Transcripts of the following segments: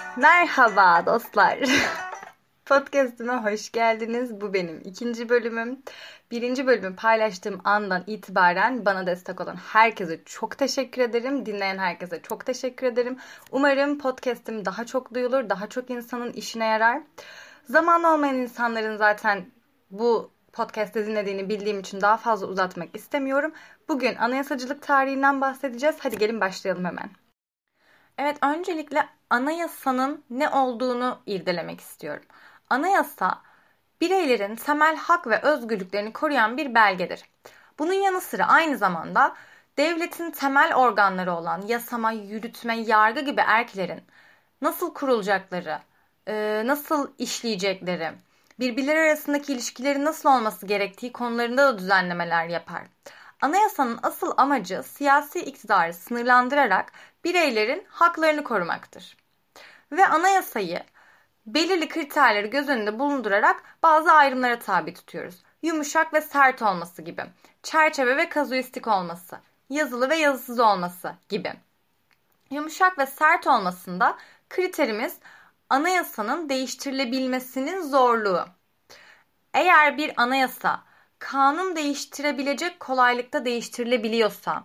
Merhaba dostlar. Podcast'ime hoş geldiniz. Bu benim ikinci bölümüm. Birinci bölümü paylaştığım andan itibaren bana destek olan herkese çok teşekkür ederim. Dinleyen herkese çok teşekkür ederim. Umarım podcast'im daha çok duyulur, daha çok insanın işine yarar. Zamanı olmayan insanların zaten bu podcast'te dinlediğini bildiğim için daha fazla uzatmak istemiyorum. Bugün anayasacılık tarihinden bahsedeceğiz. Hadi gelin başlayalım hemen. Evet, öncelikle anayasanın ne olduğunu irdelemek istiyorum. Anayasa, bireylerin temel hak ve özgürlüklerini koruyan bir belgedir. Bunun yanı sıra aynı zamanda devletin temel organları olan yasama, yürütme, yargı gibi erklerin nasıl kurulacakları, nasıl işleyecekleri, birbirleri arasındaki ilişkileri nasıl olması gerektiği konularında da düzenlemeler yapar. Anayasanın asıl amacı siyasi iktidarı sınırlandırarak bireylerin haklarını korumaktır. Ve anayasayı belirli kriterleri göz önünde bulundurarak bazı ayrımlara tabi tutuyoruz. Yumuşak ve sert olması gibi, çerçeve ve kazuistik olması, yazılı ve yazısız olması gibi. Yumuşak ve sert olmasında kriterimiz anayasanın değiştirilebilmesinin zorluğu. Eğer bir anayasa kanun değiştirebilecek kolaylıkta değiştirilebiliyorsa,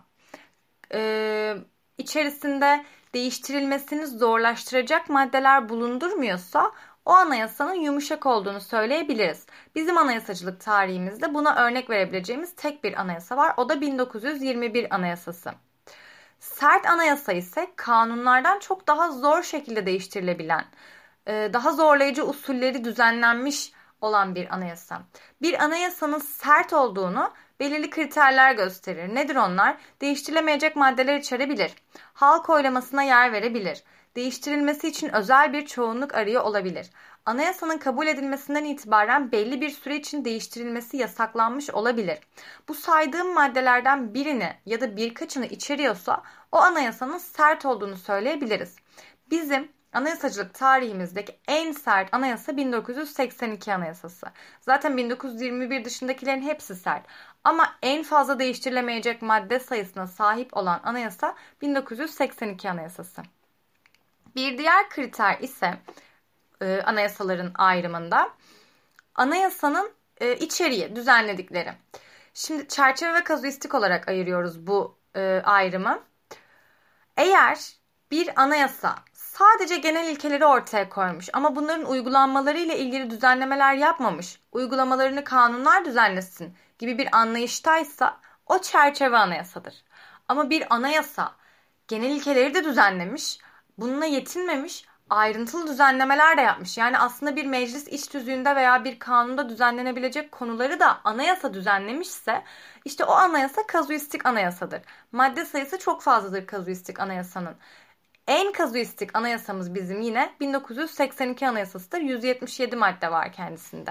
içerisinde değiştirilmesini zorlaştıracak maddeler bulundurmuyorsa o anayasanın yumuşak olduğunu söyleyebiliriz. Bizim anayasacılık tarihimizde buna örnek verebileceğimiz tek bir anayasa var. O da 1921 Anayasası. Sert anayasa ise kanunlardan çok daha zor şekilde değiştirilebilen, daha zorlayıcı usulleri düzenlenmiş olan bir anayasa. Bir anayasanın sert olduğunu belirli kriterler gösterir. Nedir onlar? Değiştirilemeyecek maddeler içerebilir. Halk oylamasına yer verebilir. Değiştirilmesi için özel bir çoğunluk arıyor olabilir. Anayasanın kabul edilmesinden itibaren belli bir süre için değiştirilmesi yasaklanmış olabilir. Bu saydığım maddelerden birini ya da birkaçını içeriyorsa o anayasanın sert olduğunu söyleyebiliriz. Bizim anayasacılık tarihimizdeki en sert anayasa 1982 Anayasası. Zaten 1921 dışındakilerin hepsi sert. Ama en fazla değiştirilemeyecek madde sayısına sahip olan anayasa 1982 Anayasası. Bir diğer kriter ise anayasaların ayrımında anayasanın içeriği, düzenledikleri. Şimdi çerçeve ve kazuistik olarak ayırıyoruz bu ayrımı. Eğer bir anayasa sadece genel ilkeleri ortaya koymuş ama bunların uygulanmaları ile ilgili düzenlemeler yapmamış, uygulamalarını kanunlar düzenlesin gibi bir anlayıştaysa o çerçeve anayasadır. Ama bir anayasa genel ilkeleri de düzenlemiş, bununla yetinmemiş, ayrıntılı düzenlemeler de yapmış. Yani aslında bir meclis iç tüzüğünde veya bir kanunda düzenlenebilecek konuları da anayasa düzenlemişse işte o anayasa kazuistik anayasadır. Madde sayısı çok fazladır kazuistik anayasanın. En kazuistik anayasamız bizim yine 1982 Anayasası'dır. 177 madde var kendisinde.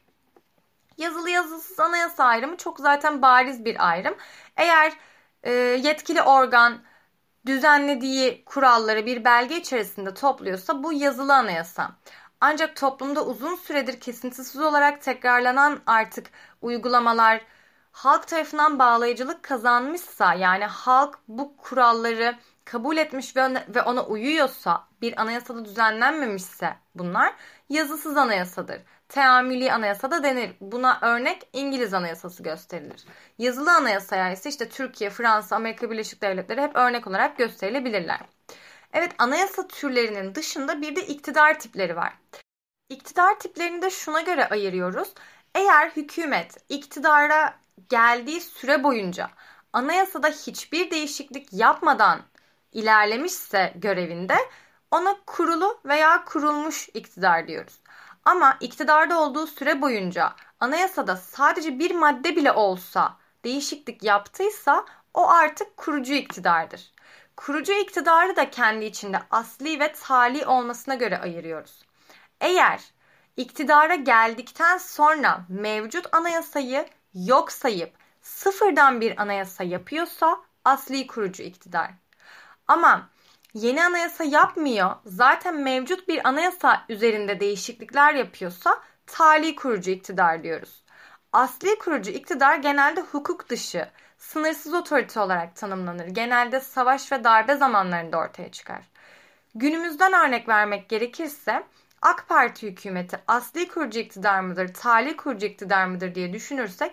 Yazılı yazısız anayasa ayrımı çok zaten bariz bir ayrım. Eğer yetkili organ düzenlediği kuralları bir belge içerisinde topluyorsa bu yazılı anayasa. Ancak toplumda uzun süredir kesintisiz olarak tekrarlanan artık uygulamalar halk tarafından bağlayıcılık kazanmışsa, yani halk bu kuralları kabul etmiş ve ona uyuyorsa, bir anayasada düzenlenmemişse bunlar yazısız anayasadır. Teamüli anayasa da denir. Buna örnek İngiliz Anayasası gösterilir. Yazılı anayasaya ise işte Türkiye, Fransa, Amerika Birleşik Devletleri hep örnek olarak gösterilebilirler. Evet, anayasa türlerinin dışında bir de iktidar tipleri var. İktidar tiplerini de şuna göre ayırıyoruz. Eğer hükümet iktidara geldiği süre boyunca anayasada hiçbir değişiklik yapmadan ilerlemişse görevinde ona kurulu veya kurulmuş iktidar diyoruz. Ama iktidarda olduğu süre boyunca anayasada sadece bir madde bile olsa değişiklik yaptıysa o artık kurucu iktidardır. Kurucu iktidarı da kendi içinde asli ve tali olmasına göre ayırıyoruz. Eğer iktidara geldikten sonra mevcut anayasayı yok sayıp sıfırdan bir anayasa yapıyorsa asli kurucu iktidar. Ama yeni anayasa yapmıyor, zaten mevcut bir anayasa üzerinde değişiklikler yapıyorsa tali kurucu iktidar diyoruz. Asli kurucu iktidar genelde hukuk dışı, sınırsız otorite olarak tanımlanır. Genelde savaş ve darbe zamanlarında ortaya çıkar. Günümüzden örnek vermek gerekirse AK Parti hükümeti asli kurucu iktidar mıdır, tali kurucu iktidar mıdır diye düşünürsek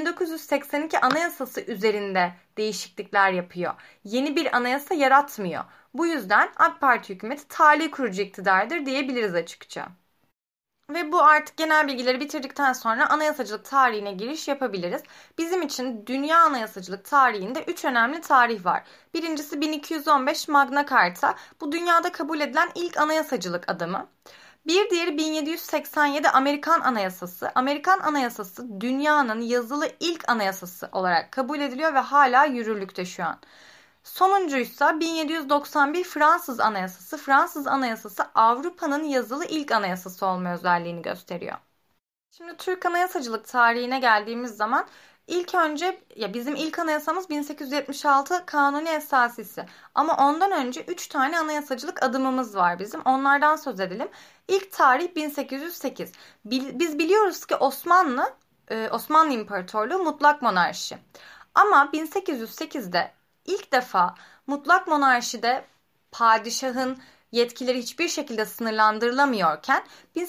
1982 Anayasası üzerinde değişiklikler yapıyor. Yeni bir anayasa yaratmıyor. Bu yüzden AK Parti hükümeti tali kurucu iktidardır diyebiliriz açıkça. Ve bu artık genel bilgileri bitirdikten sonra anayasacılık tarihine giriş yapabiliriz. Bizim için dünya anayasacılık tarihinde 3 önemli tarih var. Birincisi 1215 Magna Carta. Bu dünyada kabul edilen ilk anayasacılık adımı. Bir diğeri 1787 Amerikan Anayasası. Amerikan Anayasası dünyanın yazılı ilk anayasası olarak kabul ediliyor ve hala yürürlükte şu an. Sonuncuysa 1791 Fransız Anayasası. Fransız Anayasası Avrupa'nın yazılı ilk anayasası olma özelliğini gösteriyor. Şimdi Türk anayasacılık tarihine geldiğimiz zaman ilk önce bizim ilk anayasamız 1876 Kanuni Esasisi. Ama ondan önce 3 tane anayasacılık adımımız var bizim. Onlardan söz edelim. İlk tarih 1808. Biz biliyoruz ki Osmanlı İmparatorluğu mutlak monarşi. Ama 1808'de İlk defa mutlak monarşide padişahın yetkileri hiçbir şekilde sınırlandırılamıyorken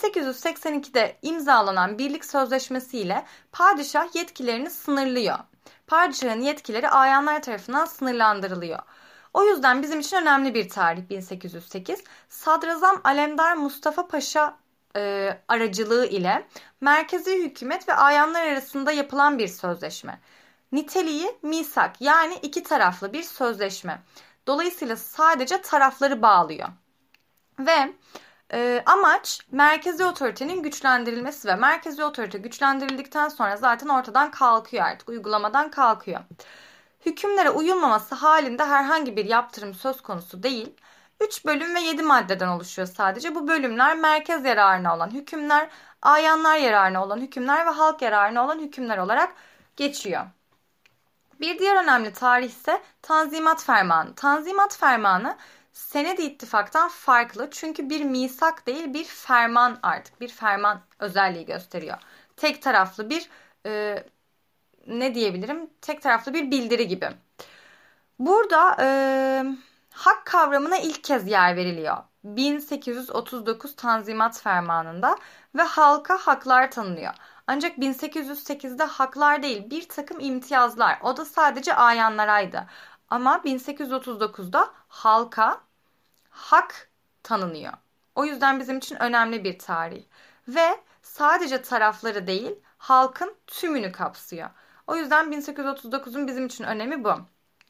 1882'de imzalanan birlik sözleşmesi ile padişah yetkilerini sınırlıyor. Padişahın yetkileri ayanlar tarafından sınırlandırılıyor. O yüzden bizim için önemli bir tarih 1808. Sadrazam Alemdar Mustafa Paşa aracılığı ile merkezi hükümet ve ayanlar arasında yapılan bir sözleşme. Niteliği misak yani iki taraflı bir sözleşme. Dolayısıyla sadece tarafları bağlıyor. Ve amaç merkezi otoritenin güçlendirilmesi ve merkezi otorite güçlendirildikten sonra zaten ortadan kalkıyor artık. Uygulamadan kalkıyor. Hükümlere uyulmaması halinde herhangi bir yaptırım söz konusu değil. 3 bölüm ve 7 maddeden oluşuyor sadece. Bu bölümler merkez yararına olan hükümler, ayanlar yararına olan hükümler ve halk yararına olan hükümler olarak geçiyor. Bir diğer önemli tarih ise Tanzimat Fermanı. Tanzimat Fermanı Senedi İttifak'tan farklı çünkü bir misak değil bir ferman artık. Bir ferman özelliği gösteriyor. Tek taraflı bir ne diyebilirim? Tek taraflı bir bildiri gibi. Burada hak kavramına ilk kez yer veriliyor. 1839 Tanzimat Fermanı'nda ve halka haklar tanınıyor. Ancak 1808'de haklar değil bir takım imtiyazlar. O da sadece ayanlaraydı. Ama 1839'da halka hak tanınıyor. O yüzden bizim için önemli bir tarih. Ve sadece tarafları değil halkın tümünü kapsıyor. O yüzden 1839'un bizim için önemi bu.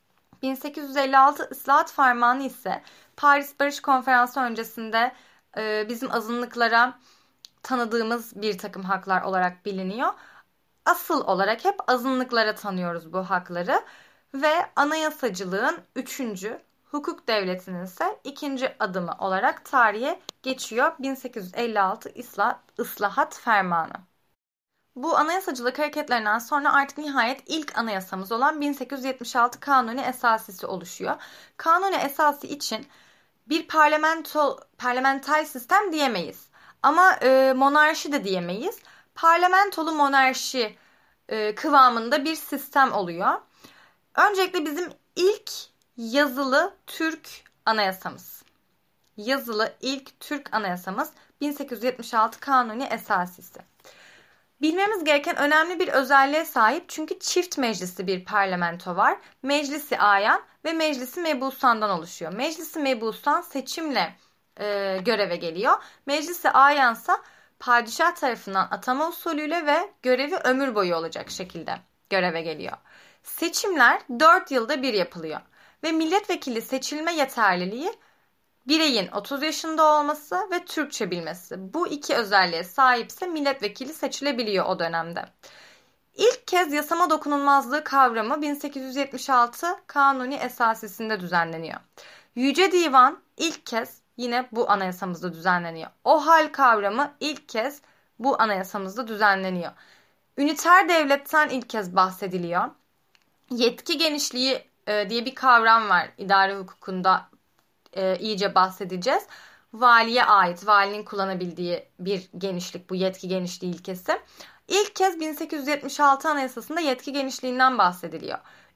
1856 Islahat Fermanı ise Paris Barış Konferansı öncesinde bizim azınlıklara tanıdığımız bir takım haklar olarak biliniyor. Asıl olarak hep azınlıklara tanıyoruz bu hakları ve anayasacılığın 3. hukuk devletinin ise 2. adımı olarak tarihe geçiyor 1856 Islahat Fermanı. Bu anayasacılık hareketlerinden sonra artık nihayet ilk anayasamız olan 1876 Kanuni Esasisi oluşuyor. Kanuni Esası için bir parlamenter sistem diyemeyiz. Ama monarşi de diyemeyiz. Parlamentolu monarşi kıvamında bir sistem oluyor. Öncelikle bizim ilk yazılı Türk anayasamız. Yazılı ilk Türk anayasamız 1876 Kanuni Esasisi. Bilmemiz gereken önemli bir özelliğe sahip çünkü çift meclisli bir parlamento var. Meclisi Ayan ve Meclisi Mebusan'dan oluşuyor. Meclisi Mebusan seçimle göreve geliyor. Meclisi Ayansa padişah tarafından atama usulüyle ve görevi ömür boyu olacak şekilde göreve geliyor. Seçimler 4 yılda bir yapılıyor ve milletvekili seçilme yeterliliği bireyin 30 yaşında olması ve Türkçe bilmesi. Bu iki özelliğe sahipse milletvekili seçilebiliyor o dönemde. İlk kez yasama dokunulmazlığı kavramı 1876 Kanuni Esasisi'nde düzenleniyor. Yüce Divan ilk kez yine bu anayasamızda düzenleniyor. OHAL kavramı ilk kez bu anayasamızda düzenleniyor. Üniter devletten ilk kez bahsediliyor. Yetki genişliği diye bir kavram var idare hukukunda. İyice bahsedeceğiz. Valiye ait, valinin kullanabildiği bir genişlik bu yetki genişliği ilkesi. İlk kez 1876 Anayasası'nda yetki genişliğinden bahsediliyor.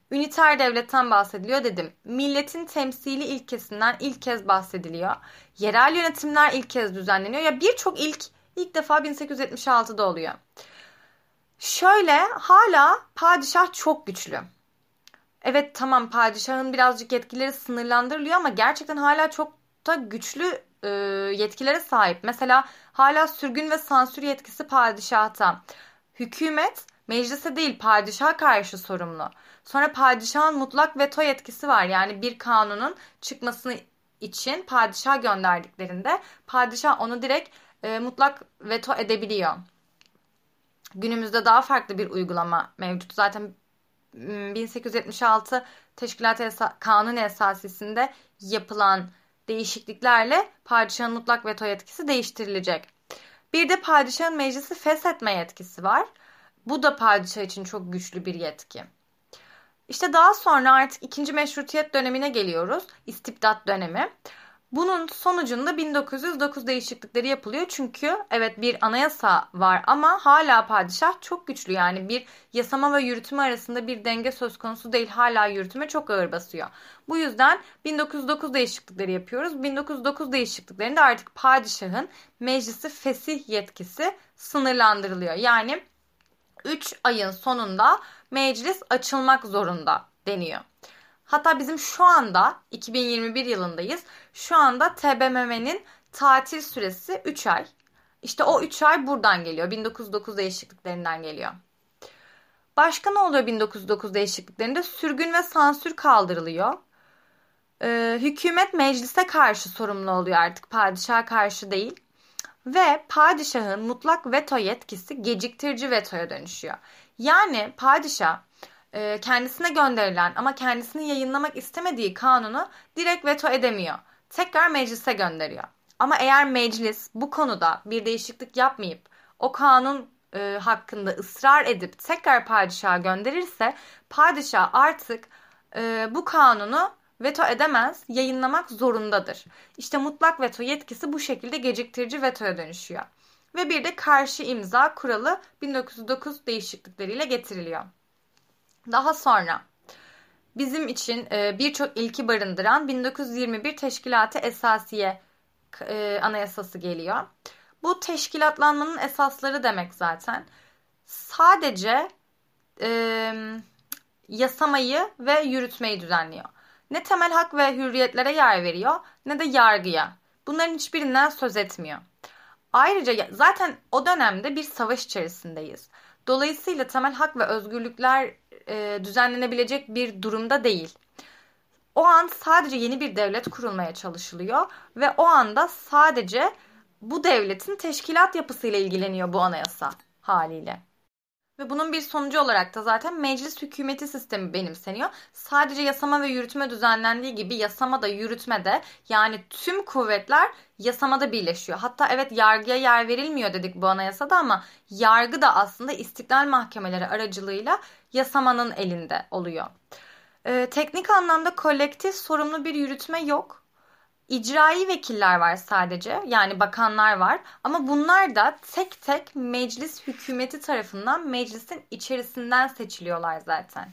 Üniter devletten bahsediliyor dedim. Milletin temsili ilkesinden ilk kez bahsediliyor. Yerel yönetimler ilk kez düzenleniyor. Ya birçok ilk defa 1876'da oluyor. Şöyle, hala padişah çok güçlü. Evet, tamam, padişahın birazcık yetkileri sınırlandırılıyor ama gerçekten hala çok da güçlü yetkilere sahip. Mesela hala sürgün ve sansür yetkisi padişahta. Hükümet meclise değil padişaha karşı sorumlu. Sonra padişahın mutlak veto yetkisi var. Yani bir kanunun çıkmasını için padişah gönderdiklerinde padişah onu direkt mutlak veto edebiliyor. Günümüzde daha farklı bir uygulama mevcut. Zaten 1876 Kanun Esasisi'nde yapılan değişikliklerle padişahın mutlak veto yetkisi değiştirilecek. Bir de padişahın meclisi feshetme yetkisi var. Bu da padişah için çok güçlü bir yetki. İşte daha sonra artık 2. Meşrutiyet dönemine geliyoruz. İstibdat dönemi. Bunun sonucunda 1909 değişiklikleri yapılıyor. Çünkü evet, bir anayasa var ama hala padişah çok güçlü. Yani bir yasama ve yürütme arasında bir denge söz konusu değil. Hala yürütme çok ağır basıyor. Bu yüzden 1909 değişiklikleri yapıyoruz. 1909 değişikliklerinde artık padişahın meclisi fesih yetkisi sınırlandırılıyor. Yani 3 ayın sonunda meclis açılmak zorunda deniyor. Hatta bizim şu anda 2021 yılındayız. Şu anda TBMM'nin tatil süresi 3 ay. İşte o 3 ay buradan geliyor. 1909 değişikliklerinden geliyor. Başka ne oluyor 1909 değişikliklerinde? Sürgün ve sansür kaldırılıyor. Hükümet meclise karşı sorumlu oluyor artık. Padişaha karşı değil. Ve padişahın mutlak veto yetkisi geciktirici vetoya dönüşüyor. Yani padişah kendisine gönderilen ama kendisini yayınlamak istemediği kanunu direkt veto edemiyor. Tekrar meclise gönderiyor. Ama eğer meclis bu konuda bir değişiklik yapmayıp o kanun hakkında ısrar edip tekrar padişaha gönderirse padişah artık bu kanunu veto edemez, yayınlamak zorundadır. İşte mutlak veto yetkisi bu şekilde geciktirici vetoya dönüşüyor. Ve bir de karşı imza kuralı 1909 değişiklikleriyle getiriliyor. Daha sonra bizim için birçok ilki barındıran 1921 Teşkilat-ı Esasiye Anayasası geliyor. Bu teşkilatlanmanın esasları demek zaten. Sadece yasamayı ve yürütmeyi düzenliyor. Ne temel hak ve hürriyetlere yer veriyor ne de yargıya. Bunların hiçbirinden söz etmiyor. Ayrıca zaten o dönemde bir savaş içerisindeyiz. Dolayısıyla temel hak ve özgürlükler düzenlenebilecek bir durumda değil. O an sadece yeni bir devlet kurulmaya çalışılıyor ve o anda sadece bu devletin teşkilat yapısıyla ilgileniyor bu anayasa haliyle. Ve bunun bir sonucu olarak da zaten meclis hükümeti sistemi benimseniyor. Sadece yasama ve yürütme düzenlendiği gibi yasama da yürütme de, yani tüm kuvvetler yasamada birleşiyor. Hatta evet, yargıya yer verilmiyor dedik bu anayasada ama yargı da aslında istiklal mahkemeleri aracılığıyla yasamanın elinde oluyor. Teknik anlamda kolektif sorumlu bir yürütme yok. İcrai vekiller var sadece, yani bakanlar var ama bunlar da tek tek meclis hükümeti tarafından meclisin içerisinden seçiliyorlar zaten.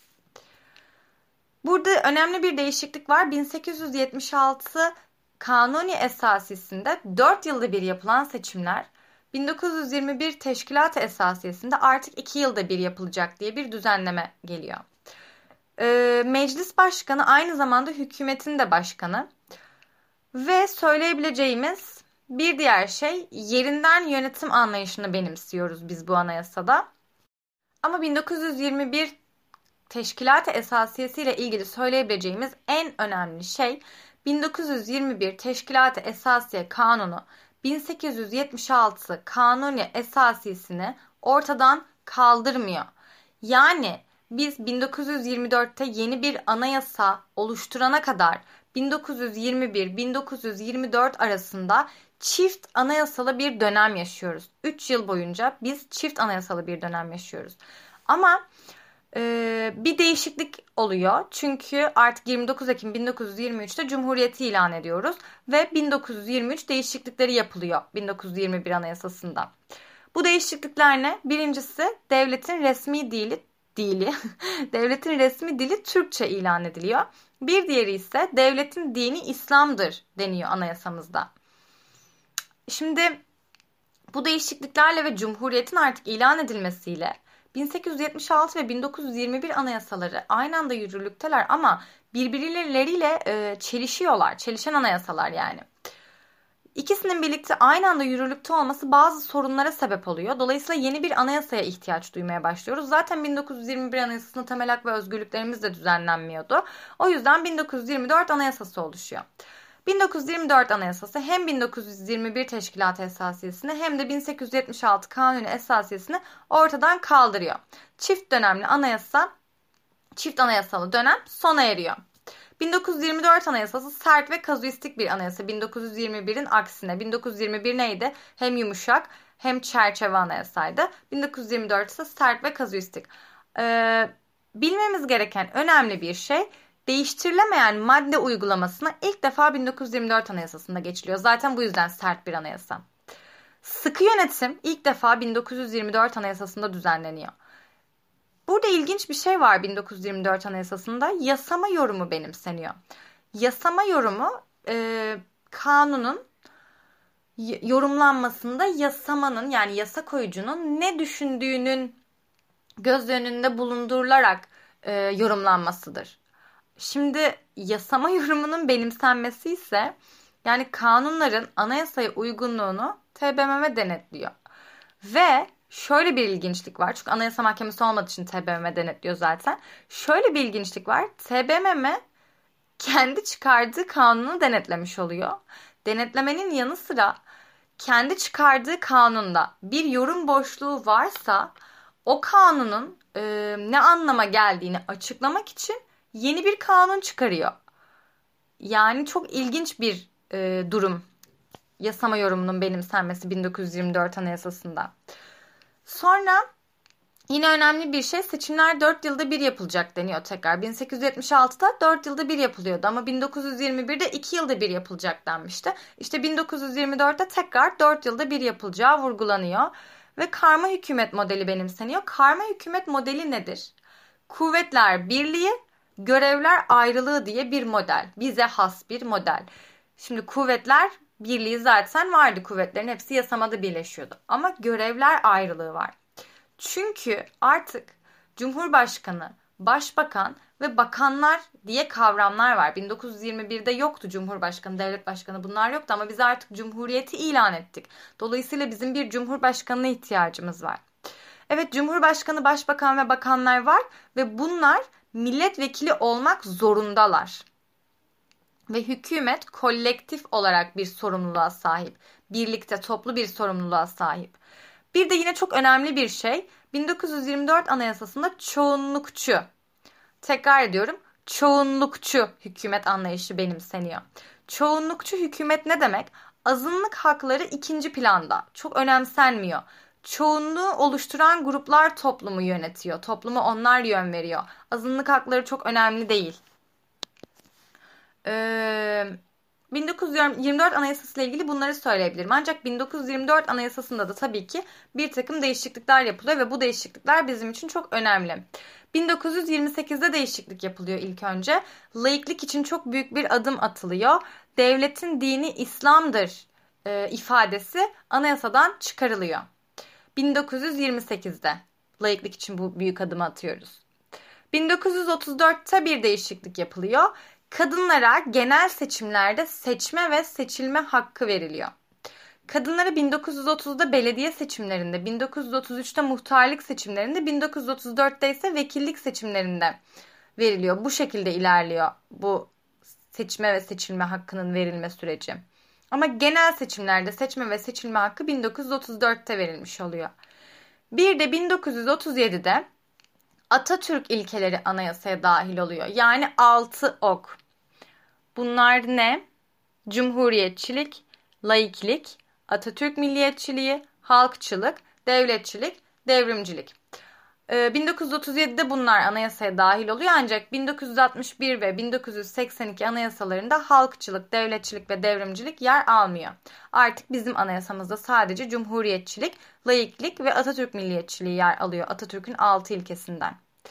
Burada önemli bir değişiklik var. 1876 Kanuni Esasisi'nde 4 yılda bir yapılan seçimler 1921 Teşkilat-ı Esasiyesi'nde artık 2 yılda bir yapılacak diye bir düzenleme geliyor. Meclis başkanı aynı zamanda hükümetin de başkanı. Ve söyleyebileceğimiz bir diğer şey, yerinden yönetim anlayışını benimsiyoruz biz bu anayasada. Ama 1921 Teşkilat-ı Esasiyesi ile ilgili söyleyebileceğimiz en önemli şey, 1921 Teşkilat-ı Esasiye Kanunu 1876 Kanuni Esasiyesini ortadan kaldırmıyor. Yani biz 1924'te yeni bir anayasa oluşturana kadar 1921-1924 arasında çift anayasalı bir dönem yaşıyoruz. 3 yıl boyunca biz çift anayasalı bir dönem yaşıyoruz. Ama bir değişiklik oluyor. Çünkü artık 29 Ekim 1923'te Cumhuriyeti ilan ediyoruz. Ve 1923 değişiklikleri yapılıyor 1921 Anayasası'nda. Bu değişiklikler ne? Birincisi, devletin resmi dili dili, devletin resmi dili Türkçe ilan ediliyor. Bir diğeri ise devletin dini İslam'dır deniyor anayasamızda. Şimdi bu değişikliklerle ve Cumhuriyet'in artık ilan edilmesiyle 1876 ve 1921 anayasaları aynı anda yürürlükteler ama birbirleriyle çelişiyorlar. Çelişen anayasalar yani. İkisinin birlikte aynı anda yürürlükte olması bazı sorunlara sebep oluyor. Dolayısıyla yeni bir anayasaya ihtiyaç duymaya başlıyoruz. Zaten 1921 Anayasası'nda temel hak ve özgürlüklerimiz de düzenlenmiyordu. O yüzden 1924 Anayasası oluşuyor. 1924 Anayasası hem 1921 Teşkilat-ı Esasiyesini hem de 1876 Kanuni Esasiyesini ortadan kaldırıyor. Çift anayasalı dönem sona eriyor. 1924 Anayasası sert ve kazuistik bir anayasa. 1921'in aksine. 1921 neydi? Hem yumuşak hem çerçeve anayasaydı. 1924 ise sert ve kazuistik. Bilmemiz gereken önemli bir şey, değiştirilemeyen madde uygulamasına ilk defa 1924 Anayasası'nda geçiliyor. Zaten bu yüzden sert bir anayasa. Sıkı yönetim ilk defa 1924 Anayasası'nda düzenleniyor. Burada ilginç bir şey var 1924 Anayasası'nda. Yasama yorumu benimseniyor. Yasama yorumu kanunun yorumlanmasında yasamanın yani yasa koyucunun ne düşündüğünün göz önünde bulundurularak yorumlanmasıdır. Şimdi yasama yorumunun benimsenmesi ise yani kanunların anayasaya uygunluğunu TBMM denetliyor. Ve şöyle bir ilginçlik var. Çünkü Anayasa Mahkemesi olmadığı için TBMM denetliyor zaten. Şöyle bir ilginçlik var. TBMM kendi çıkardığı kanunu denetlemiş oluyor. Denetlemenin yanı sıra kendi çıkardığı kanunda bir yorum boşluğu varsa o kanunun ne anlama geldiğini açıklamak için yeni bir kanun çıkarıyor. Yani çok ilginç bir durum. Yasama yorumunun benimsenmesi 1924 Anayasası'nda. Sonra yine önemli bir şey, seçimler 4 yılda bir yapılacak deniyor tekrar. 1876'da 4 yılda bir yapılıyordu ama 1921'de 2 yılda bir yapılacak denmişti. İşte 1924'te tekrar 4 yılda bir yapılacağı vurgulanıyor. Ve karma hükümet modeli benimseniyor. Karma hükümet modeli nedir? Kuvvetler birliği, görevler ayrılığı diye bir model. Bize has bir model. Şimdi kuvvetler birliği zaten vardı. Kuvvetlerin hepsi yasamada birleşiyordu. Ama görevler ayrılığı var. Çünkü artık Cumhurbaşkanı, Başbakan ve bakanlar diye kavramlar var. 1921'de yoktu Cumhurbaşkanı, Devlet Başkanı, bunlar yoktu ama biz artık Cumhuriyeti ilan ettik. Dolayısıyla bizim bir Cumhurbaşkanı'na ihtiyacımız var. Evet, Cumhurbaşkanı, Başbakan ve bakanlar var ve bunlar milletvekili olmak zorundalar. Ve hükümet kolektif olarak bir sorumluluğa sahip. Birlikte toplu bir sorumluluğa sahip. Bir de yine çok önemli bir şey, 1924 Anayasası'nda çoğunlukçu, tekrar ediyorum, çoğunlukçu hükümet anlayışı benimseniyor. Çoğunlukçu hükümet ne demek? Azınlık hakları ikinci planda, çok önemsenmiyor. Çoğunluğu oluşturan gruplar toplumu yönetiyor. Topluma onlar yön veriyor. Azınlık hakları çok önemli değil. 1924 Anayasası ile ilgili bunları söyleyebilirim. Ancak 1924 Anayasası'nda da tabii ki bir takım değişiklikler yapılıyor ve bu değişiklikler bizim için çok önemli. 1928'de değişiklik yapılıyor ilk önce. Laiklik için çok büyük bir adım atılıyor. Devletin dini İslam'dır ifadesi anayasadan çıkarılıyor. 1928'de laiklik için bu büyük adımı atıyoruz. 1934'te bir değişiklik yapılıyor. Kadınlara genel seçimlerde seçme ve seçilme hakkı veriliyor. Kadınlara 1930'da belediye seçimlerinde, 1933'te muhtarlık seçimlerinde, 1934'te ise vekillik seçimlerinde veriliyor. Bu şekilde ilerliyor bu seçme ve seçilme hakkının verilme süreci. Ama genel seçimlerde seçme ve seçilme hakkı 1934'te verilmiş oluyor. Bir de 1937'de Atatürk ilkeleri anayasaya dahil oluyor. Yani 6 ok. Bunlar ne? Cumhuriyetçilik, laiklik, Atatürk milliyetçiliği, halkçılık, devletçilik, devrimcilik. 1937'de bunlar anayasaya dahil oluyor ancak 1961 ve 1982 anayasalarında halkçılık, devletçilik ve devrimcilik yer almıyor. Artık bizim anayasamızda sadece cumhuriyetçilik, laiklik ve Atatürk milliyetçiliği yer alıyor Atatürk'ün 6 ilkesinden.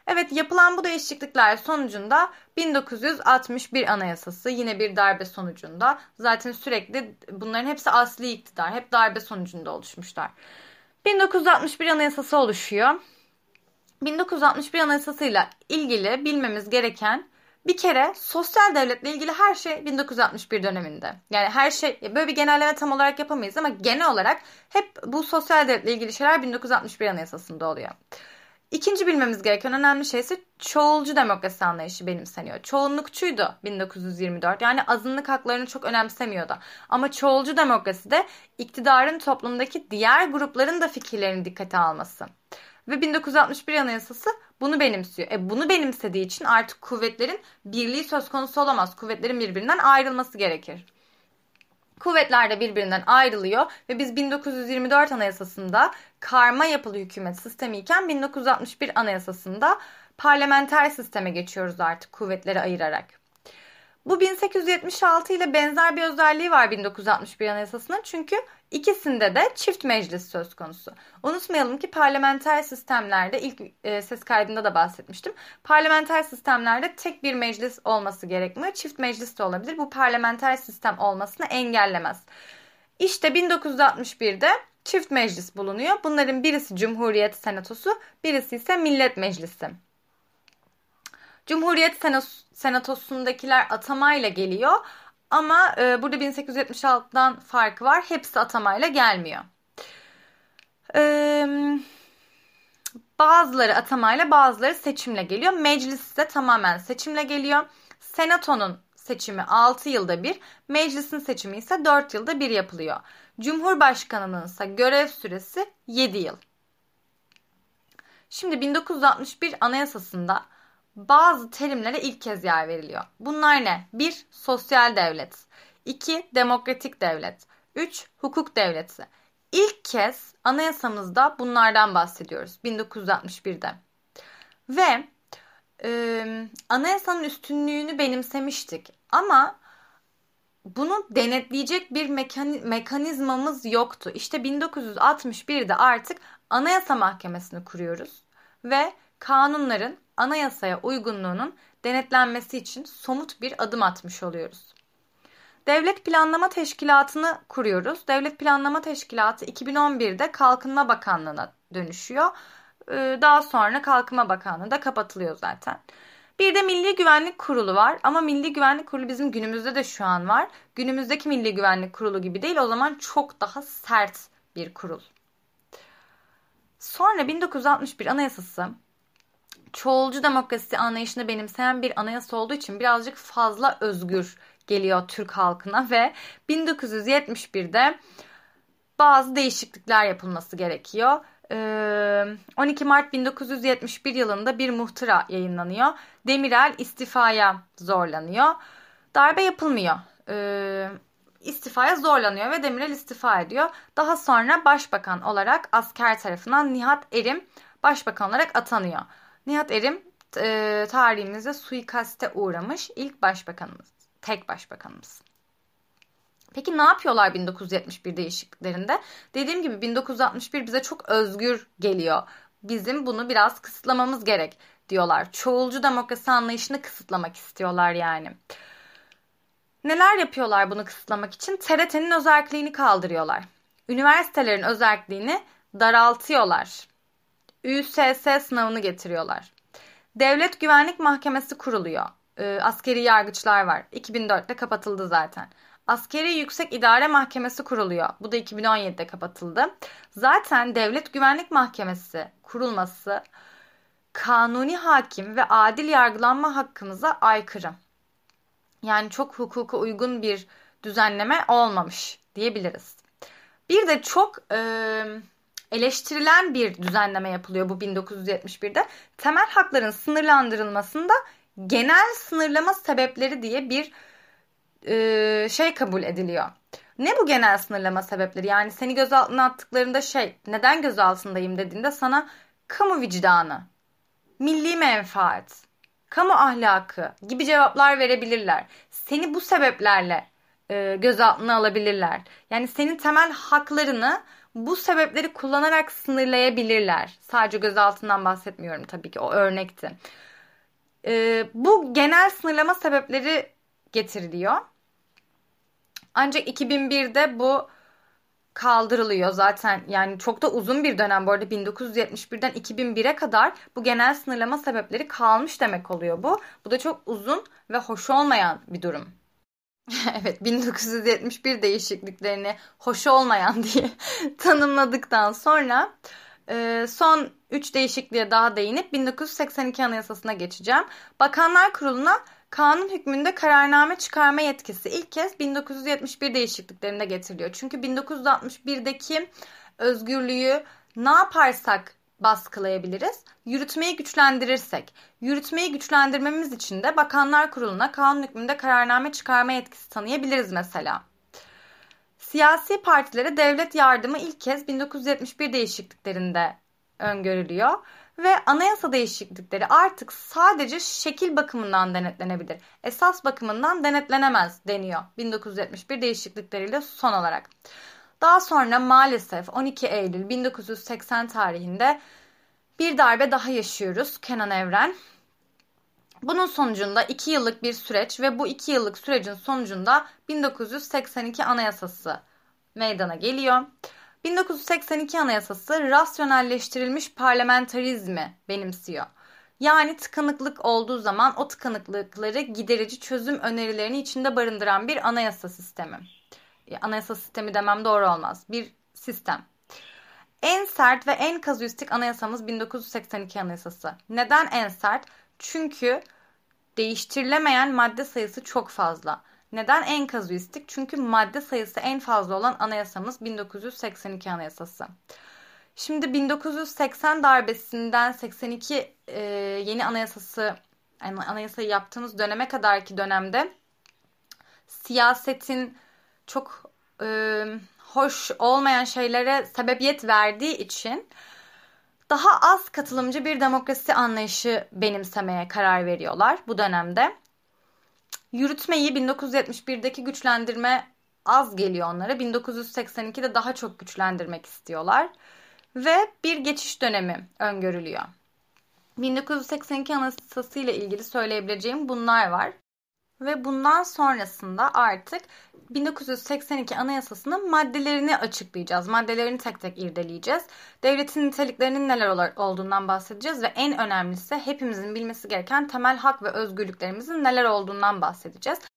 Evet, yapılan bu değişiklikler sonucunda 1961 Anayasası yine bir darbe sonucunda, zaten sürekli bunların hepsi asli iktidar, hep darbe sonucunda oluşmuşlar. 1961 Anayasası oluşuyor. 1961 Anayasası'yla ilgili bilmemiz gereken, bir kere sosyal devletle ilgili her şey 1961 döneminde. Yani her şey, böyle bir genelleme tam olarak yapamayız ama genel olarak hep bu sosyal devletle ilgili şeyler 1961 Anayasası'nda oluyor. İkinci bilmemiz gereken önemli şey ise çoğulcu demokrasi anlayışı benimseniyor. Çoğunlukçuydu 1924. Yani azınlık haklarını çok önemsemiyordu. Ama çoğulcu demokrasi de iktidarın toplumdaki diğer grupların da fikirlerini dikkate alması. Ve 1961 Anayasası bunu benimsiyor. Bunu benimsediği için artık kuvvetlerin birliği söz konusu olamaz. Kuvvetlerin birbirinden ayrılması gerekir. Kuvvetler de birbirinden ayrılıyor ve biz 1924 Anayasası'nda karma yapılı hükümet sistemi iken 1961 Anayasası'nda parlamenter sisteme geçiyoruz artık kuvvetleri ayırarak. Bu 1876 ile benzer bir özelliği var 1961 Anayasası'nın, çünkü ikisinde de çift meclis söz konusu. Unutmayalım ki parlamenter sistemlerde, ilk ses kaydında da bahsetmiştim. Parlamenter sistemlerde tek bir meclis olması gerekmiyor. Çift meclis de olabilir. Bu parlamenter sistem olmasını engellemez. İşte 1961'de çift meclis bulunuyor. Bunların birisi Cumhuriyet Senatosu, birisi ise Millet Meclisi. Cumhuriyet Senatosu'ndakiler atamayla geliyor ama burada 1876'dan farkı var. Hepsi atamayla gelmiyor. Bazıları atamayla, bazıları seçimle geliyor. Meclis ise tamamen seçimle geliyor. Senatonun seçimi 6 yılda bir, meclisin seçimi ise 4 yılda bir yapılıyor. Cumhurbaşkanının ise görev süresi 7 yıl. Şimdi 1961 Anayasası'nda bazı terimlere ilk kez yer veriliyor. Bunlar ne? 1. Sosyal devlet. 2. Demokratik devlet. 3. Hukuk devleti. İlk kez anayasamızda bunlardan bahsediyoruz 1961'de. Ve anayasanın üstünlüğünü benimsemiştik ama bunu denetleyecek bir mekanizmamız yoktu. İşte 1961'de artık Anayasa Mahkemesi'ni kuruyoruz ve kanunların anayasaya uygunluğunun denetlenmesi için somut bir adım atmış oluyoruz. Devlet Planlama Teşkilatı'nı kuruyoruz. Devlet Planlama Teşkilatı 2011'de Kalkınma Bakanlığı'na dönüşüyor. Daha sonra Kalkınma Bakanlığı da kapatılıyor zaten. Bir de Milli Güvenlik Kurulu var ama Milli Güvenlik Kurulu bizim günümüzde de şu an var. Günümüzdeki Milli Güvenlik Kurulu gibi değil, o zaman çok daha sert bir kurul. Sonra 1961 Anayasası çoğulcu demokrasi anlayışını benimseyen bir anayasa olduğu için birazcık fazla özgür geliyor Türk halkına ve 1971'de bazı değişiklikler yapılması gerekiyor. 12 Mart 1971 yılında bir muhtıra yayınlanıyor. Demirel istifaya zorlanıyor. Darbe yapılmıyor. İstifaya zorlanıyor ve Demirel istifa ediyor. Daha sonra başbakan olarak asker tarafından Nihat Erim başbakan olarak atanıyor. Nihat Erim tarihimizde suikaste uğramış ilk başbakanımız. Tek başbakanımız. Peki ne yapıyorlar 1971 değişikliklerinde? Dediğim gibi 1961 bize çok özgür geliyor. Bizim bunu biraz kısıtlamamız gerek diyorlar. Çoğulcu demokrasi anlayışını kısıtlamak istiyorlar yani. Neler yapıyorlar bunu kısıtlamak için? TRT'nin özerkliğini kaldırıyorlar. Üniversitelerin özerkliğini daraltıyorlar. ÜSS sınavını getiriyorlar. Devlet Güvenlik Mahkemesi kuruluyor. Askeri yargıçlar var. 2004'te kapatıldı zaten. Askeri Yüksek İdare Mahkemesi kuruluyor. Bu da 2017'de kapatıldı. Zaten Devlet Güvenlik Mahkemesi kurulması kanuni hakim ve adil yargılanma hakkımıza aykırı. Yani çok hukuka uygun bir düzenleme olmamış diyebiliriz. Bir de çok eleştirilen bir düzenleme yapılıyor bu 1971'de. Temel hakların sınırlandırılmasında genel sınırlama sebepleri diye bir şey kabul ediliyor. Ne bu genel sınırlama sebepleri? Yani seni gözaltına attıklarında neden gözaltındayım dediğinde sana kamu vicdanı, milli menfaat, kamu ahlakı gibi cevaplar verebilirler. Seni bu sebeplerle gözaltına alabilirler. Yani senin temel haklarını bu sebepleri kullanarak sınırlayabilirler. Sadece gözaltından bahsetmiyorum tabii ki, o örnekti. Bu genel sınırlama sebepleri getiriliyor. Ancak 2001'de bu kaldırılıyor zaten. Yani çok da uzun bir dönem bu arada, 1971'den 2001'e kadar bu genel sınırlama sebepleri kalmış demek oluyor bu. Bu da çok uzun ve hoş olmayan bir durum. Evet, 1971 değişikliklerini hoş olmayan diye tanımladıktan sonra son 3 değişikliğe daha değinip 1982 Anayasası'na geçeceğim. Bakanlar Kurulu'na kanun hükmünde kararname çıkarma yetkisi ilk kez 1971 değişikliklerinde getiriliyor. Çünkü 1961'deki özgürlüğü ne yaparsak baskılayabiliriz? Yürütmeyi güçlendirirsek. Yürütmeyi güçlendirmemiz için de Bakanlar Kurulu'na kanun hükmünde kararname çıkarma yetkisi tanıyabiliriz mesela. Siyasi partilere devlet yardımı ilk kez 1971 değişikliklerinde öngörülüyor ve anayasa değişiklikleri artık sadece şekil bakımından denetlenebilir. Esas bakımından denetlenemez deniyor 1971 değişiklikleriyle son olarak. Daha sonra maalesef 12 Eylül 1980 tarihinde bir darbe daha yaşıyoruz Kenan Evren. Bunun sonucunda 2 yıllık bir süreç ve bu 2 yıllık sürecin sonucunda 1982 Anayasası meydana geliyor. 1982 Anayasası rasyonelleştirilmiş parlamenterizmi benimsiyor. Yani tıkanıklık olduğu zaman o tıkanıklıkları giderici çözüm önerilerini içinde barındıran bir anayasa sistemi. Anayasa sistemi demem doğru olmaz. Bir sistem. En sert ve en kazuistik anayasamız 1982 Anayasası. Neden en sert? Çünkü değiştirilemeyen madde sayısı çok fazla. Neden en kazuistik? Çünkü madde sayısı en fazla olan anayasamız 1982 Anayasası. Şimdi 1980 darbesinden 82 yeni anayasayı yaptığımız döneme kadarki dönemde siyasetin çok hoş olmayan şeylere sebebiyet verdiği için daha az katılımcı bir demokrasi anlayışı benimsemeye karar veriyorlar bu dönemde. Yürütmeyi 1971'deki güçlendirme az geliyor onlara. 1982'de daha çok güçlendirmek istiyorlar. Ve bir geçiş dönemi öngörülüyor. 1982 Anayasası ile ilgili söyleyebileceğim bunlar var. Ve bundan sonrasında artık 1982 Anayasası'nın maddelerini açıklayacağız. Maddelerini tek tek irdeleyeceğiz. Devletin niteliklerinin neler olduğundan bahsedeceğiz ve en önemlisi hepimizin bilmesi gereken temel hak ve özgürlüklerimizin neler olduğundan bahsedeceğiz.